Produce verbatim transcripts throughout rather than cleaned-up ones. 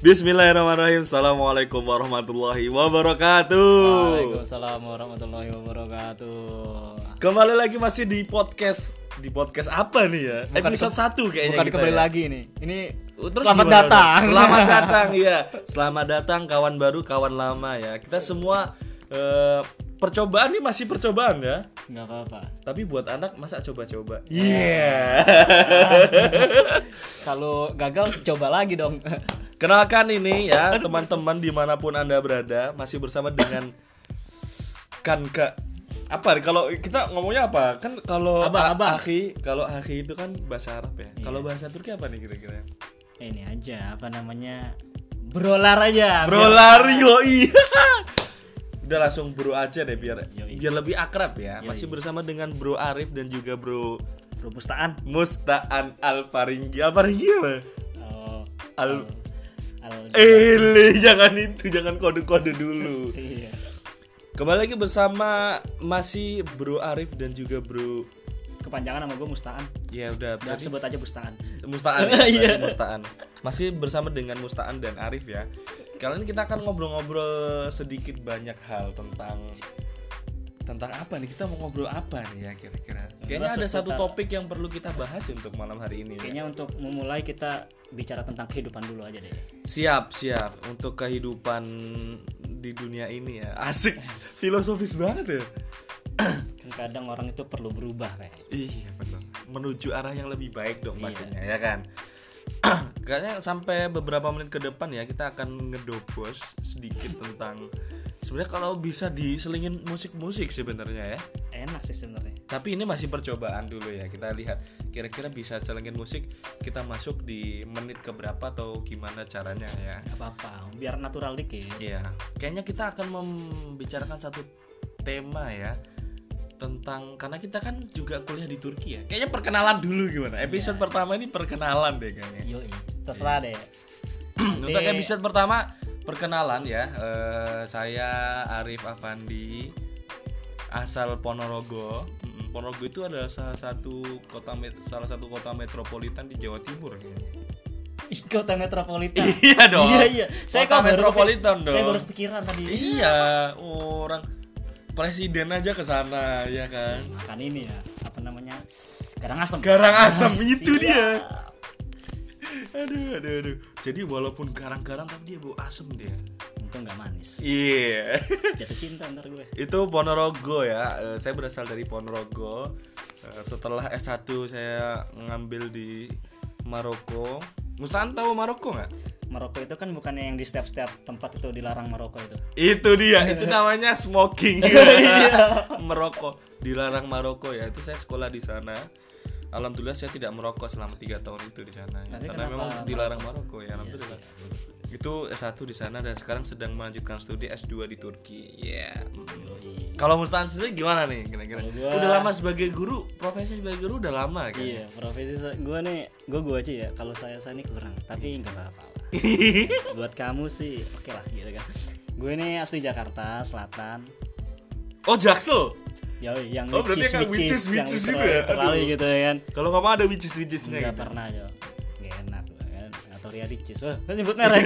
Bismillahirrahmanirrahim. Assalamualaikum warahmatullahi wabarakatuh. Waalaikumsalam warahmatullahi wabarakatuh. Kembali lagi masih di podcast. Di podcast apa nih ya? Bukan Episode ke- satu kayaknya Bukan kita kembali ya. lagi nih. Ini Terus selamat gimana datang. dong? Selamat datang ya. Selamat datang kawan baru, kawan lama ya. Kita semua eh, percobaan nih masih percobaan ya. Enggak apa-apa. Tapi buat anak masa coba-coba. Iya. Kalau gagal coba lagi dong. Kenalkan ini ya teman-teman dimanapun Anda berada, masih bersama dengan Kanka. Apa kalau kita ngomongnya apa? Kan kalau Abang, a- abang. akhi, kalau akhi itu kan bahasa Arab ya. Iya. Kalau bahasa Turki apa nih kira-kira? Ini aja apa namanya? Brolar aja. Brolar yoi. Udah langsung bro aja deh biar Yoi. biar lebih akrab ya. Yoi. Masih bersama dengan Bro Arif dan juga Bro Bro Mustaan. Mustaan Alfaringi. Alfaringi apa? Oh, Al al- Eh, le, jangan itu, jangan kode-kode dulu. Iya. Kembali lagi bersama masih Bro Arif dan juga Bro. Kepanjangan nama gue Mustaan. Ya udah, Biar berarti sebut aja Mustaan. Mustaan ya, berarti Iya. Mustaan. Masih bersama dengan Mustaan dan Arif ya. Kali ini kita akan ngobrol-ngobrol sedikit banyak hal tentang tentang apa nih? Kita mau ngobrol apa nih ya kira-kira? Kayaknya ada seputar- satu topik yang perlu kita bahas untuk malam hari ini. Ya. Kayaknya untuk memulai kita bicara tentang kehidupan dulu aja deh. Siap, siap untuk kehidupan di dunia ini ya. Asik, filosofis banget ya. Kan kadang orang itu perlu berubah kayak. Iya benar. Menuju arah yang lebih baik dong Iya. pastinya ya kan. Kayaknya sampai beberapa menit ke depan ya kita akan ngedobos sedikit tentang sebenarnya kalau bisa diselingin musik-musik sebenarnya ya. Enak sih sebenarnya. Tapi ini masih percobaan dulu ya. Kita lihat kira-kira bisa selingin musik kita masuk di menit keberapa atau gimana caranya ya. Gak apa-apa, biar natural dikit. Iya. Kayaknya kita akan membicarakan satu tema ya tentang karena kita kan juga kuliah di Turki ya. Kayaknya perkenalan dulu gimana? Episode Iya. pertama ini perkenalan deh kayaknya. Yoi, terserah deh. Untuk episode pertama perkenalan ya. Eh, saya Arif Afandi asal Ponorogo. Mm, Ponorogo itu adalah salah satu kota met- salah satu kota metropolitan di Jawa Timur kayaknya. Kota metropolitan. Iya dong. Iya iya. Saya Kota kok baru metropolitan kepi- dong. Saya baru kepikiran tadi. Iya, orang presiden aja ke sana ya kan. Makan ini ya, apa namanya? Karangasem. Karangasem itu Siap. dia. Aduh, aduh, aduh. Jadi walaupun karang-karang tapi dia bau asem dia. Untung nggak manis. Iya. Jatuh cinta ntar gue. Itu Ponorogo ya. Eh, saya berasal dari Ponorogo. Eh, setelah S satu saya ngambil di Maroko. Mustaan tahu Maroko nggak? Maroko itu kan bukannya yang di setiap-setiap tempat itu dilarang Maroko itu. Itu dia, itu namanya smoking. Merokok, dilarang Maroko ya. Itu saya sekolah di sana. Alhamdulillah saya tidak merokok selama tiga tahun itu di sana ya. Tapi Karena kenapa memang dilarang Maroko ya. Iya Alhamdulillah. sih. Itu S satu di sana dan sekarang sedang melanjutkan studi S dua di Turki. Ya. Yoi. Kalau Mustaan sendiri gimana nih kira-kira? Kalau gua- Udah lama sebagai guru, profesi sebagai guru udah lama kan? Iya, profesi sa- gue nih, gue gue aja ya. Kalau saya saya ini kurang, tapi nggak apa-apa lah. Buat kamu sih, oke lah gitu kan. Gue ini asli Jakarta Selatan. Oh, Jaksel. Yoi, yang Oh, berarti which is, kan which which is, is, which yang is terlalu, juga ya? terlalu Aduh. gitu ya kan. Kalau ngomong ada witches-witchesnya Nggak gitu. pernah yo, nggak enak lah kan. Atau Ria Ricis, wah kan nyebut merek.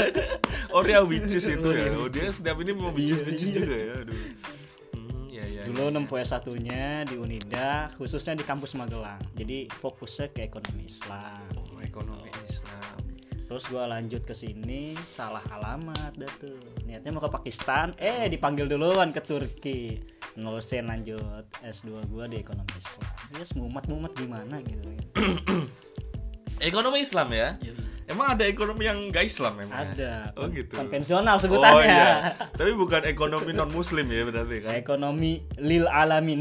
Oh, dia witches itu ya. Ria Oh, dia setiap ini mau witches-witches juga ya. Aduh. Hmm, ya ya. Dulu ya. nempuh S satunya di Unida, khususnya di kampus Magelang. Jadi fokusnya ke ekonomi Islam. Oh, ekonomi Islam. Terus gue lanjut ke sini, salah alamat dah tuh. Niatnya mau ke Pakistan, eh dipanggil duluan ke Turki. Nerusin lanjut S dua gue di ekonomi Islam. Ya semumat-mumat gimana gitu kan. Ekonomi Islam ya? Emang ada ekonomi yang gak Islam memang? Ada. Oh gitu. Konvensional Oh sebutannya. iya. Tapi bukan ekonomi non muslim ya berarti kan? Ekonomi lil alamin.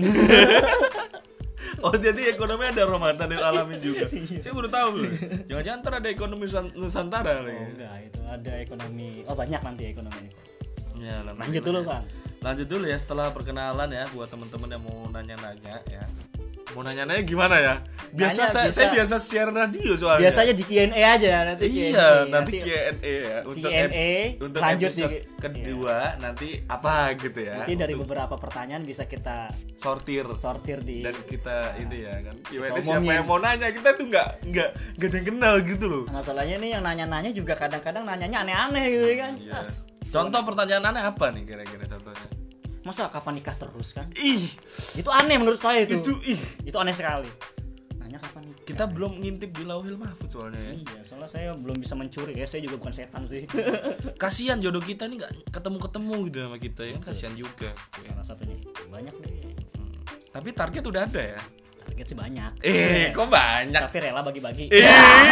Oh jadi ekonomi ada Ramadan dan alamin juga. Saya baru tahu loh. Jangan-jangan ntar ada ekonomi Nusan- Nusantara Oh, nih. enggak, itu ada ekonomi. Oh, banyak nanti ekonomi. Ya, Lanjut dulu, Bang. Lanjut dulu ya setelah perkenalan ya buat teman-teman yang mau nanya-nanya ya. Mau nanya-nanya gimana ya? biasa Nanya, saya, bisa- saya biasa siaran radio soalnya. Biasanya di Q and A aja nanti Q and A. Iya, nanti Q and A ya. Untuk Q and A, ep- untuk lanjut episode di- kedua nanti apa gitu ya. Nanti dari Untuk beberapa pertanyaan bisa kita sortir sortir di dan kita ini ya kan. Q and A Kita siapa omongin. yang mau nanya, kita tuh nggak nggak nggak ada yang kenal gitu loh. masalahnya nih yang nanya-nanya juga kadang-kadang nanyanya aneh-aneh gitu kan. Iya. As, Contoh pertanyaan aneh apa nih kira-kira contohnya? masa kapan nikah terus kan? Ih, Itu aneh menurut saya itu. itu ih. Itu aneh sekali. Nanya kapan nikah? Kita belum ngintip di Lauhil Mahfuz soalnya ya. Iya, soalnya saya belum bisa mencuri ya. Saya juga bukan setan sih. Kasihan jodoh kita nih nggak ketemu-ketemu gitu sama kita ya kan, kasihan juga. Salah satunya. Banyak deh. Hmm. Tapi target udah ada ya. Target sih banyak. Eh, kok banyak? Tapi rela bagi-bagi. Iya.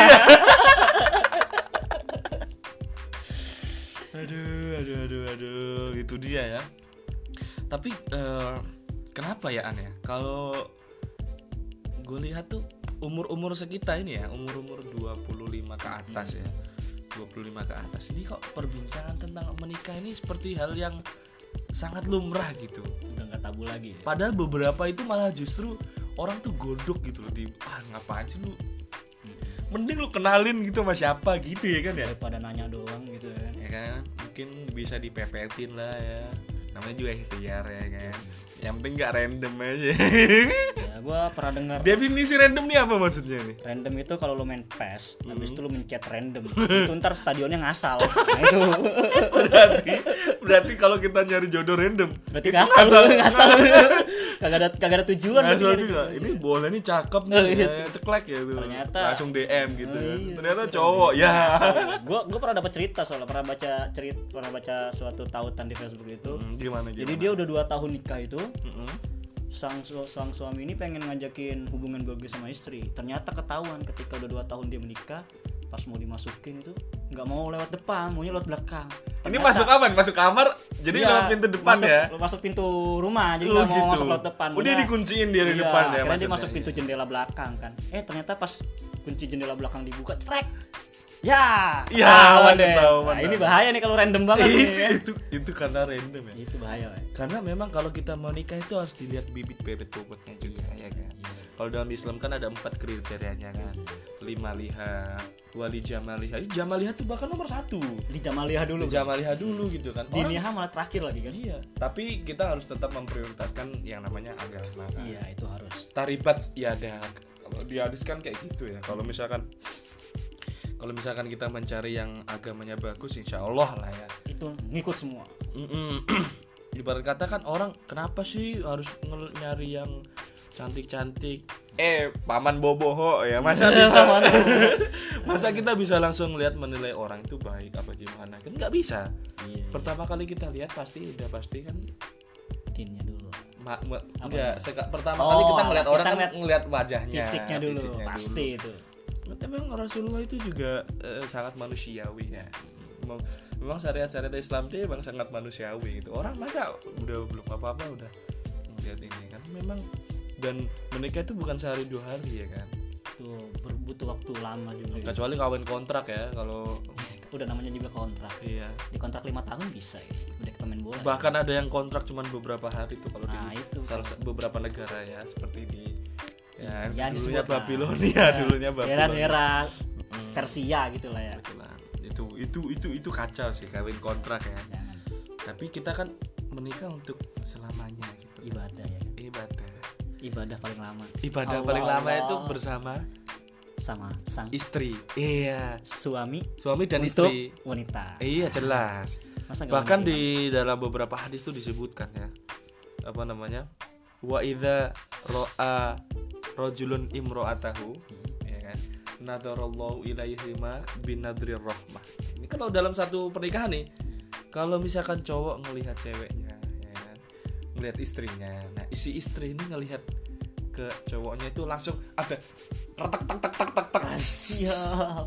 aduh, aduh, aduh, aduh, itu dia ya. Tapi eh, kenapa ya aneh? Kalau gue lihat tuh umur-umur sekitar ini ya, umur-umur dua puluh lima ke atas ya. dua puluh lima ke atas ini kok perbincangan tentang menikah ini seperti hal yang sangat lumrah gitu. Udah nggak tabu lagi. Ya? Padahal beberapa itu malah justru orang tuh godok gitu loh di ah ngapain sih lu? Mending lu kenalin gitu sama siapa gitu ya kan ya. Daripada nanya doang gitu kan. Ya kan, mungkin bisa dipepetin lah ya. Namanya juga ikhtiar ya kan. Yang penting gak random aja. Ya gue pernah dengar Definisi random nih apa maksudnya nih? random itu kalau lu main P E S, habis itu lu mencet random. Itu ntar stadionnya ngasal. Nah itu. Berarti berarti kalau kita nyari jodoh random, Berarti itu ngasal, ngasal. ngasal. Kagak ada kagak ada tujuan berarti Ngasal nyari juga. jodoh. Ini bola ini cakep nih, Oh, iya. ya, ceklek ya tuh. Ternyata. Langsung D M gitu Oh, kan. iya. Ternyata cowok ya. Gue gue pernah dapat cerita soalnya pernah baca cerita pernah baca suatu tautan di Facebook itu. Hmm, gimana gimana? Jadi dia udah dua tahun nikah itu, Mm-mm. sang su- sang suami ini pengen ngajakin hubungan biologis sama istri. Ternyata ketahuan ketika udah dua tahun dia menikah, pas mau dimasukin itu nggak mau lewat depan, maunya lewat belakang. Ini Ternyata- masuk apa? Masuk kamar. Jadi Iya, lewat pintu depan masuk, ya. Masuk pintu rumah, jadi Oh, nggak mau gitu. masuk lewat depan. Oh, dia Maunya- dikunciin dari iya, depan ya akhirnya dia maksudnya, masuk pintu iya. jendela belakang kan. Eh ternyata pas kunci jendela belakang dibuka, trek. Ya, Ya, ketahuan mantap, deh. tahu, Nah, mantap. ini bahaya nih kalau random banget nih. ya. itu itu karena random ya. Itu bahaya. ya. Karena memang kalau kita mau nikah itu harus dilihat bibit-bibit bobotnya juga ya kan. Kalau dalam Islam kan ada empat kriterianya kan. Lima liha, wali jamaliha. Ih, jamaliha tuh bahkan nomor satu. Di Jamaliah dulu. Di jamaliha dulu gitu kan. Di Orang- Niha malah terakhir lagi kan. Iya. Tapi kita harus tetap memprioritaskan yang namanya agama kan. Iya, itu harus. Taribat ya ada. Kalau di hadis kan kayak gitu ya. Kalau misalkan kalau misalkan kita mencari yang agamanya bagus, insya Allah lah ya. Itu ngikut semua. Mm-mm. Ibarat kata kan orang kenapa sih harus ngel- nyari yang cantik-cantik? Eh, paman boboho ya. Masa bisa masa kita bisa langsung lihat menilai orang itu baik apa gimana? Kan nggak bisa. Iya. Pertama kali kita lihat pasti udah pasti kan Dinnya dulu. ma- ma- Apa enggak, ya? seka- pertama Oh, kali kita ngeliat kita orang kan ngeliat ngeliat wajahnya, Fisiknya dulu, fisiknya pasti dulu. itu. Memang Rasulullah itu juga eh, sangat manusiawi ya. Memang, memang syariat-syariat Islam itu memang sangat manusiawi gitu. Orang masa udah belum apa-apa udah ngeliat ini kan. Memang dan menikah itu bukan sehari dua hari ya kan. Itu butuh waktu lama juga. ya. Kecuali kawin kontrak ya kalau Udah namanya juga kontrak. iya. Di kontrak lima tahun bisa ya. Udah kita main bola. Bahkan ada yang kontrak cuman beberapa hari tuh kalau Nah, di itu. salah sa- beberapa negara ya seperti di ya, Ya, dulunya disebut lah. Babilonia, Ya, dulunya Babilonia. daerah-daerah Persia gitu lah ya. Itulah. Itu itu itu itu kacau sih kawin kontrak ya. Jangan Tapi kita kan menikah untuk selamanya gitu. ibadah ya. Ibadah. Ibadah paling lama. Ibadah Allah, paling lama Allah. itu bersama Sama sang istri. Iya. suami Suami dan untuk istri. wanita. Iya jelas. Masa nggak Bahkan wanita? di dalam beberapa hadis itu disebutkan ya. Apa namanya? Wa idza ra'a rajulun imra'atahu, ya kan? Nadarallahu ilaihima binadrir rahmah. Ini kalau dalam satu pernikahan nih, kalau misalkan cowok ngelihat ceweknya, ya kan? Ngelihat istrinya. Nah, isi istri ini ngelihat ke cowoknya itu langsung ada retak tak tak tak tak tak. Siap.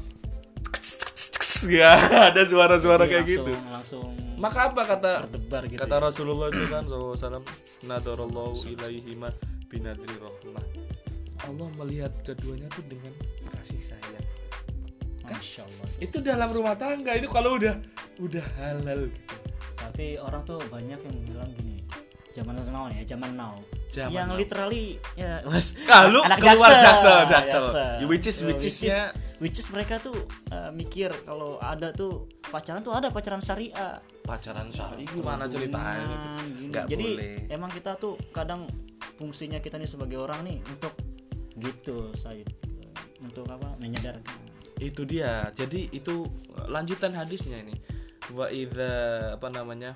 Ya, ada suara-suara Jadi kayak langsung, gitu. Langsung Maka apa kata berdebar gitu. kata ya. Rasulullah itu kan sallallahu alaihi wasallam, nadarallahu ilaihima binadri rahmah. Allah melihat keduanya tuh dengan kasih sayang. Masya Allah. Itu dalam rumah tangga itu kalau udah udah halal gitu. Tapi orang tuh banyak yang bilang gini, zaman now ya, zaman now Zaman yang now. literally ya mas Ah, lu anak keluar Jaksel, Jaksel, Jaksel. Jaksel. Which is- Ya, which is-nya- which is mereka tuh uh, mikir kalau ada tuh pacaran tuh ada pacaran syariah. Pacaran syari gimana ceritanya gitu? Gini. Nggak Jadi boleh. emang kita tuh kadang fungsinya kita nih sebagai orang nih untuk gitu saya untuk apa menyadarkan. Itu dia. Jadi itu lanjutan hadisnya ini. Wa idza apa namanya?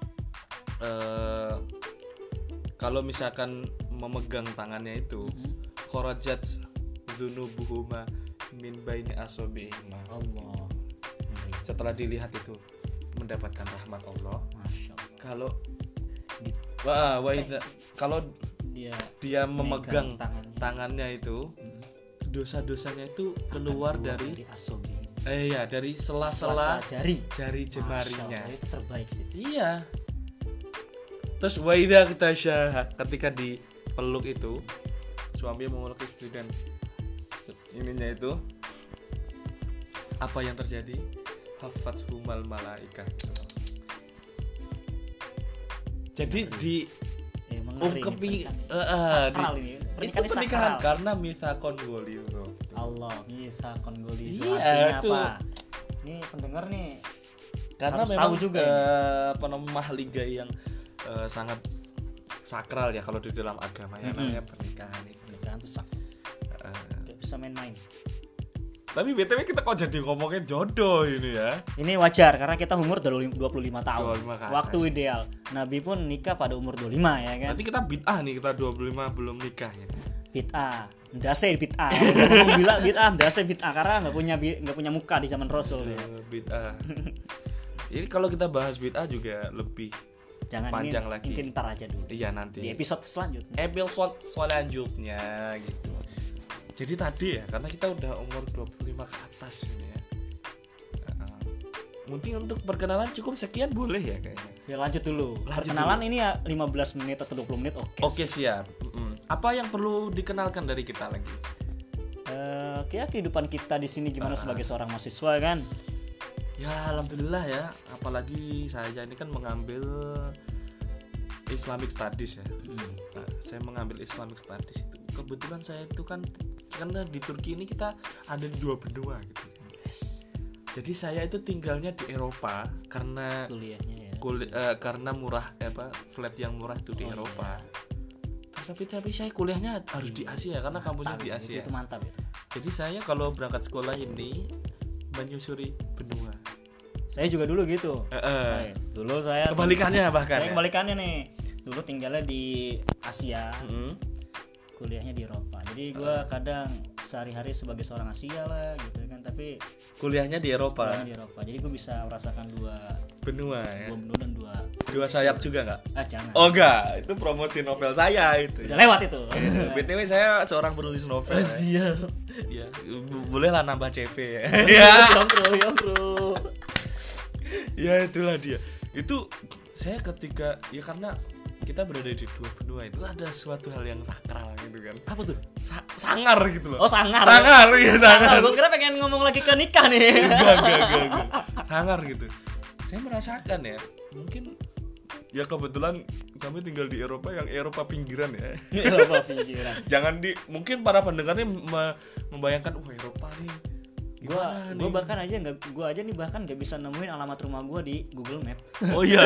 Eh kalau misalkan memegang tangannya itu kharajat dzunubuhuma min baini asabi'ihima. Allah. Setelah dilihat itu mendapatkan rahmat Allah. Masya Allah. Kalau di, wah, wa idza kalau Dia dia memegang tangannya, tangannya itu dosa-dosanya itu keluar dari dari asobi. eh ya dari sela-sela Sela-sela jari jari jemarinya. Masya Allah, itu terbaik sih. Iya. Terus wa idza kita syah ketika dipeluk itu suami memeluk istri dan ininya itu apa yang terjadi? Hafatshumal malaikah. Jadi di Ya, mengeri ungkepi ini, eh, eh, di- sakral ini. itu Pernikahan ini pernikahan sakral. karena mitsaqon ghalidho. Allah bisa kongoli itu Iya, artinya itu. apa? Ini pendengar nih Karena harus memang tahu juga eh, ini. apa namanya mahligai yang eh, sangat sakral ya kalau di dalam agama ya Mm-mm. namanya pernikahan itu. pernikahan tuh sak Eh, nggak bisa main-main. tapi B T W kita kok jadi ngomongin jodoh ini ya. Ini wajar karena kita umur dua puluh lima tahun. dua puluh lima ke atas. Waktu ideal. Nabi pun nikah pada umur dua puluh lima ya kan. Nanti kita bid'ah nih kita dua puluh lima belum nikah ya. Bid'ah. Ndase bid'ah. Ngomong bilang bid'ah, ndase bid'ah karena enggak punya bi- nggak punya muka di zaman Rasul ya. Eh, bid'ah. Ini kalau kita bahas bid'ah juga lebih Jangan panjang ini, lagi. ini ntar aja dulu. iya nanti. Di episode selanjutnya. episode selanjutnya gitu. Jadi tadi ya karena kita udah umur dua puluh lima ke atas ini ya. Uh, mungkin untuk perkenalan cukup sekian boleh ya kayaknya. Ya lanjut dulu. Lanjut Perkenalan ini ya lima belas menit atau dua puluh menit oke. Oke siap. Mm-mm. Apa yang perlu dikenalkan dari kita lagi? Eh, kayak kehidupan kita di sini gimana Ah. sebagai seorang mahasiswa kan? Ya alhamdulillah ya. Apalagi saya ini kan mengambil Islamic Studies ya. Nah, saya mengambil Islamic Studies itu kebetulan saya itu kan karena di Turki ini kita ada di dua benua gitu. Jadi saya itu tinggalnya di Eropa karena Kuliahnya ya. kul- eh, karena murah eh, apa flat yang murah itu di Oh, Eropa. Tapi tapi saya kuliahnya harus di Asia karena kampusnya Mantap, di itu, Asia. itu mantap itu. Jadi saya kalau berangkat sekolah ini menyusuri benua. Saya juga dulu gitu. Eh, eh. Nah, dulu saya Kebalikannya bahkan. Saya ya? kebalikannya nih. Dulu tinggalnya di Asia, Mm-mm. kuliahnya di Eropa. Jadi gue kadang sehari-hari sebagai seorang Asia lah gitu kan, tapi Kuliahnya di Eropa. kuliahnya di Eropa. Jadi gue bisa merasakan dua Benua ya. dua benua dan dua Dua sayap juga nggak? ah jangan. Oh enggak, itu promosi novel saya itu. Udah lewat itu. B T W saya seorang penulis novel. ya. Siap. Ya, bu- bolehlah nambah C V ya. ya. Yong bro, yong bro. Ya itulah dia. Itu saya ketika ya karena kita berada di dua benua itu ada suatu hal yang sakral gitu kan. Apa tuh? Sa- sangar gitu loh. Oh sangar. Sangar ya sangar. Gue kira pengen ngomong lagi ke nikah nih. Enggak, enggak, enggak, enggak. Sangar gitu. Saya merasakan ya, mungkin ya kebetulan kami tinggal di Eropa yang Eropa pinggiran ya. Eropa pinggiran. Jangan di mungkin para pendengarnya me- membayangkan wah Eropa nih. Gua gimana gua nih?" bahkan aja nggak gua aja nih bahkan nggak bisa nemuin alamat rumah gua di Google Map. Oh iya.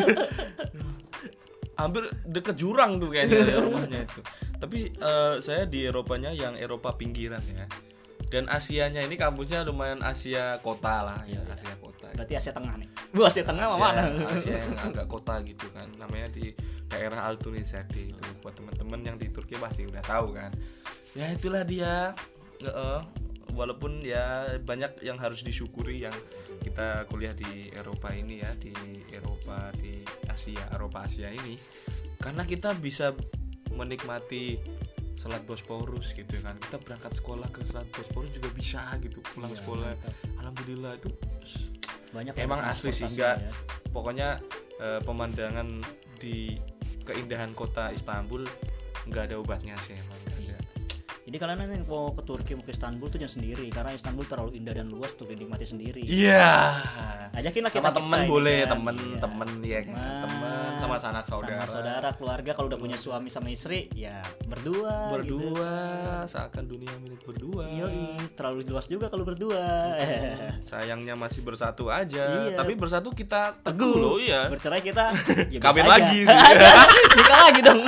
Hampir deket jurang tuh kayaknya ya rumahnya itu. Tapi eh, saya di Eropanya yang Eropa pinggiran ya. Dan Asianya ini kampusnya lumayan Asia kota lah ya, Asia kota. Berarti Asia Tengah nih. Bu Asia Tengah Asia, mana? Asia yang agak kota gitu kan. Namanya di daerah Altunizade itu. Buat teman-teman yang di Turki pasti udah tahu kan. Ya itulah dia. Heeh. Walaupun ya banyak yang harus disyukuri yang kita kuliah di Eropa ini ya, di Eropa, di Asia, Eropa Asia ini, karena kita bisa menikmati Selat Bosporus gitu kan. Kita berangkat sekolah ke Selat Bosporus juga bisa gitu, pulang Iya, sekolah. mantap. Alhamdulillah itu Banyak emang banget asli sih transportasi enggak. ya. Pokoknya eh, pemandangan di keindahan kota Istanbul nggak ada obatnya sih emang nggak ada. Jadi kalian nanti mau ke Turki mau ke Istanbul tuh jangan sendiri karena Istanbul terlalu indah dan luas untuk dinikmati sendiri. Iya. Ajakin lah kita Sama temen boleh, kan. temen-temen ya kan. Temen sama sanak saudara. Sama saudara, keluarga kalau udah punya suami sama istri ya berdua. Berdua, gitu. Seakan dunia milik berdua. Yoi, terlalu luas juga kalau berdua. Sayangnya masih bersatu aja. Iya. Tapi bersatu kita teguh loh ya. Bercerai kita ya kawin biasa lagi aja. sih. Nikah lagi dong.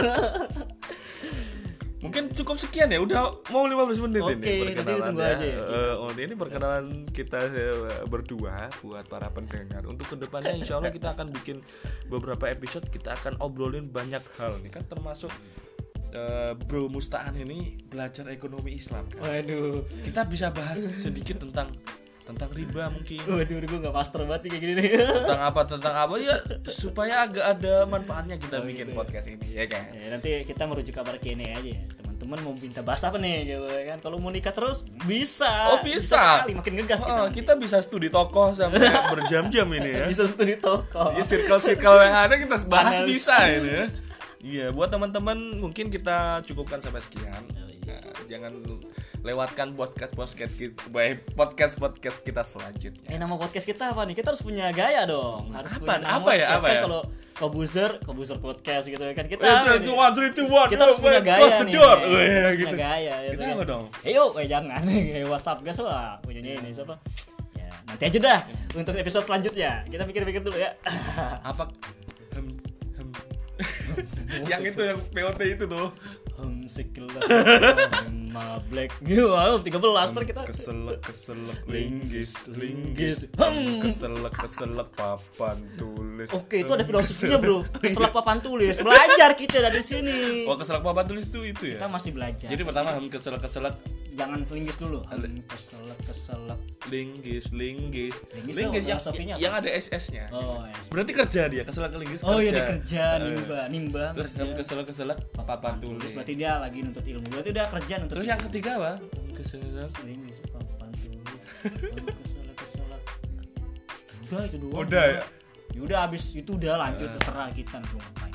Mungkin cukup sekian ya, udah mau lima belas menit Oke, ini perkenalan tunggu ya. aja ya. Uh, oh, ini perkenalan kita uh, berdua buat para pendengar. Untuk kedepannya insya Allah kita akan bikin beberapa episode, kita akan obrolin banyak hal nih kan, termasuk uh, Bro Mustaan ini belajar ekonomi Islam kan. Waduh. Kita bisa bahas sedikit tentang tentang riba mungkin. Waduh, gue gak master banget nih kayak gini nih. Tentang apa tentang apa ya supaya agak ada manfaatnya kita Oh, bikin gitu ya. podcast ini ya kan. Ya, nanti kita merujuk kabar kene aja ya. Teman-teman mau minta bahas apa nih gitu kan. Kalau mau nikah terus bisa. Oh bisa, sekali makin ngegas kita. Oh, nanti. kita bisa studi tokoh sampai berjam-jam ini ya. Bisa studi toko. Ya circle-circle yang ada kita bahas Analis. bisa ini ya. Iya, buat teman-teman mungkin kita cukupkan sampai sekian. Nah, jangan lewatkan podcast podcast kita, podcast podcast kita selanjutnya. Eh nama podcast kita apa nih? Kita harus punya gaya dong. Harus Apa? punya nama Apa ya? podcast. Apa Kan ya? kalau Kobuzer, Kobuzer podcast gitu kan kita. Eh, apa three, two, nih? one, three, two, one, Kita harus yo, punya wait, gaya close the nih. door. Kita Weh, harus gitu. punya gaya ya. Kita apa dong? Eh yuk, eh jangan nih WhatsApp guys wah punyanya ini siapa? Ya, nanti aja dah untuk episode selanjutnya. Kita pikir-pikir dulu ya. Apa? Hem, hem. Yang itu yang P O T itu tuh. Hmm, sekilas lima black. Wow, tiga belas ter kita. Keselek keselek linggis linggis. linggis. Hmm. Keselek keselek papan tulis. Oke, itu ada filosofinya, Bro. Keselak papan tulis. Belajar kita dari sini. Oh, keselek papan tulis tuh itu ya. Kita masih belajar. Jadi pertama hem keselek keselek Jangan linggis dulu. Hmm, keselak keselak. linggis linggis. Linggis Linggis tuh yang, filosofinya apa? yang ada S S-nya. Oh, ya. Berarti kerja dia keselek linggis. Oh iya, kerja. dia kerja Eh, nimba, nimba. Terus kerja. hem keselek keselek papan tulis. Berarti dia lagi nuntut ilmu. Berarti dia kerja nuntut. Terus ilmu. yang ketiga apa? Keselek. linggis papan tulis. Hmm, keselak keselak. Udah itu doang. Udah ya. Ya udah habis itu udah lanjut terserah kita nih mau ngapain.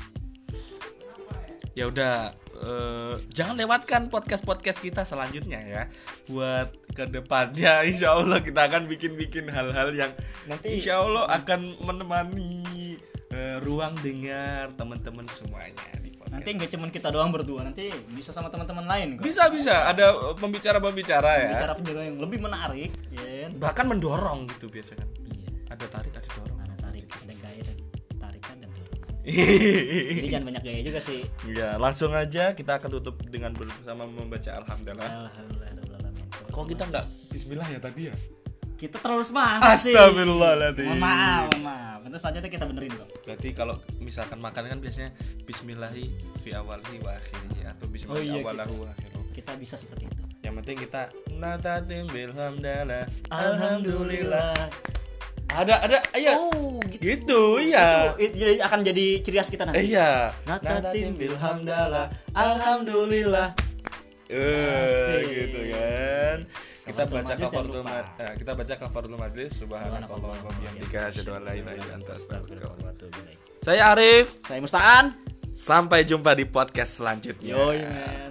Ya udah, eh, jangan lewatkan podcast-podcast kita selanjutnya ya. Buat kedepannya insya Allah kita akan bikin-bikin hal-hal yang Nanti- insya Allah akan menemani eh, ruang dengar teman-teman semuanya di podcast. Nanti nggak cuma kita doang berdua, nanti bisa sama teman-teman lain kok. Bisa bisa ada eh, pembicara-pembicara ya. Bicara penjara yang lebih menarik, ya kan? Bahkan mendorong gitu biasa kan. Iya. Ada tarik, ada dorong. Ada tarik, ada gaya dan tarikan dan dorong. Jadi jangan banyak gaya juga sih. Ya, langsung aja kita akan tutup dengan bersama membaca alhamdulillah. Alhamdulillahirobbilalamin. Kok kita nggak bismillah ya tadi ya? Kita terlalu semangat sih. Astagfirullahaladzim. Mohon maaf, mohon maaf. Terus selanjutnya kita benerin kok. Berarti kalau misalkan makan kan biasanya bismillahi fi awalihi wa akhirihi atau bismillahi Oh iya, awalahu wa akhiruhu. Kita bisa seperti itu. Yang penting kita natatim bilhamdalah Alhamdulillah. Ada ada iya. Oh, gitu. Gitu iya. Itu, itu jadi- akan jadi ciri khas kita Eh, nanti. iya. Natatim bilhamdalah. Alhamdulillah. Eh, Asik. gitu kan. Kita Kafaratul baca majlis jangan kafaratul lupa. majlis. Nah, kita baca kafaratul majlis subhanakallah wa bihamdika asyhadu an la ilaha illa anta astaghfiruka wa atubu ilaik. Saya Arif. Saya Mustaan. Sampai jumpa di podcast selanjutnya. Yoi, man.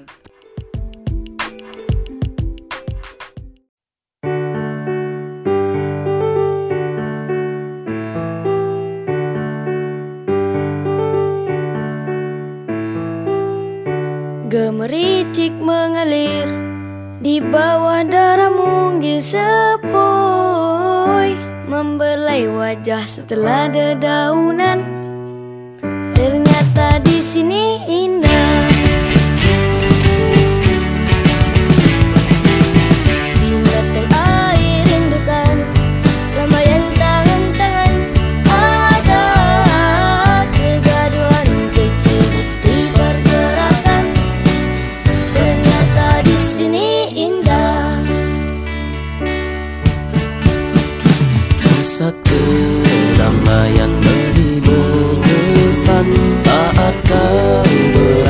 Gemericik mengalir di bawah darah munggil sepoi, membelai wajah setelah dedaunan. Ternyata di sini indah. Bila teng air rindukan, lambaian tangan-tangan, ada kegaduhan kecil di pergerakan. Ternyata di sini indah. Satu ramaian menghibur kesan tak akan ber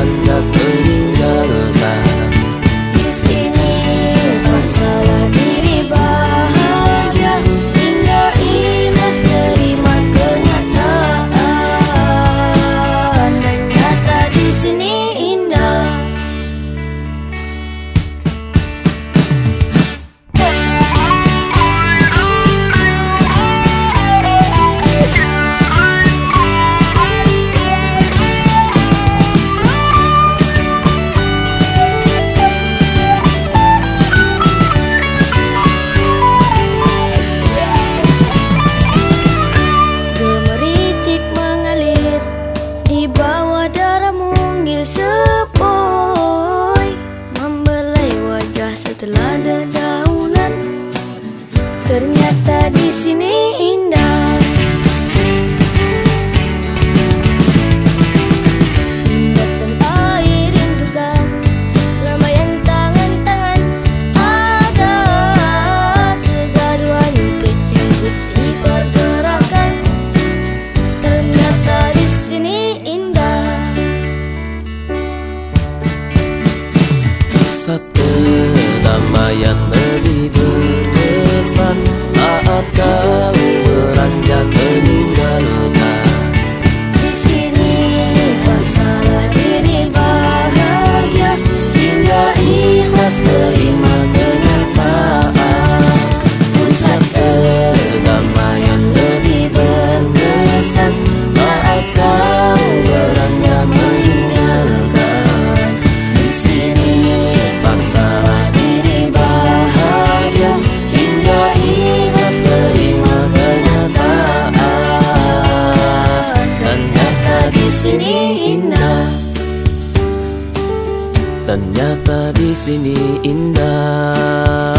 kedamaian lebih berkesan saat kau beranjak meninggalkan. Di sini masalah diri bahagia Hingga ikhlas terima kenyataan. Pusat kedamaian lebih berkesan saat kau beranjak meninggalkan. Di sini paksalah diri bahagia hingga ikhlas terima kenyataan. Ternyata di sini indah, ternyata di sini indah.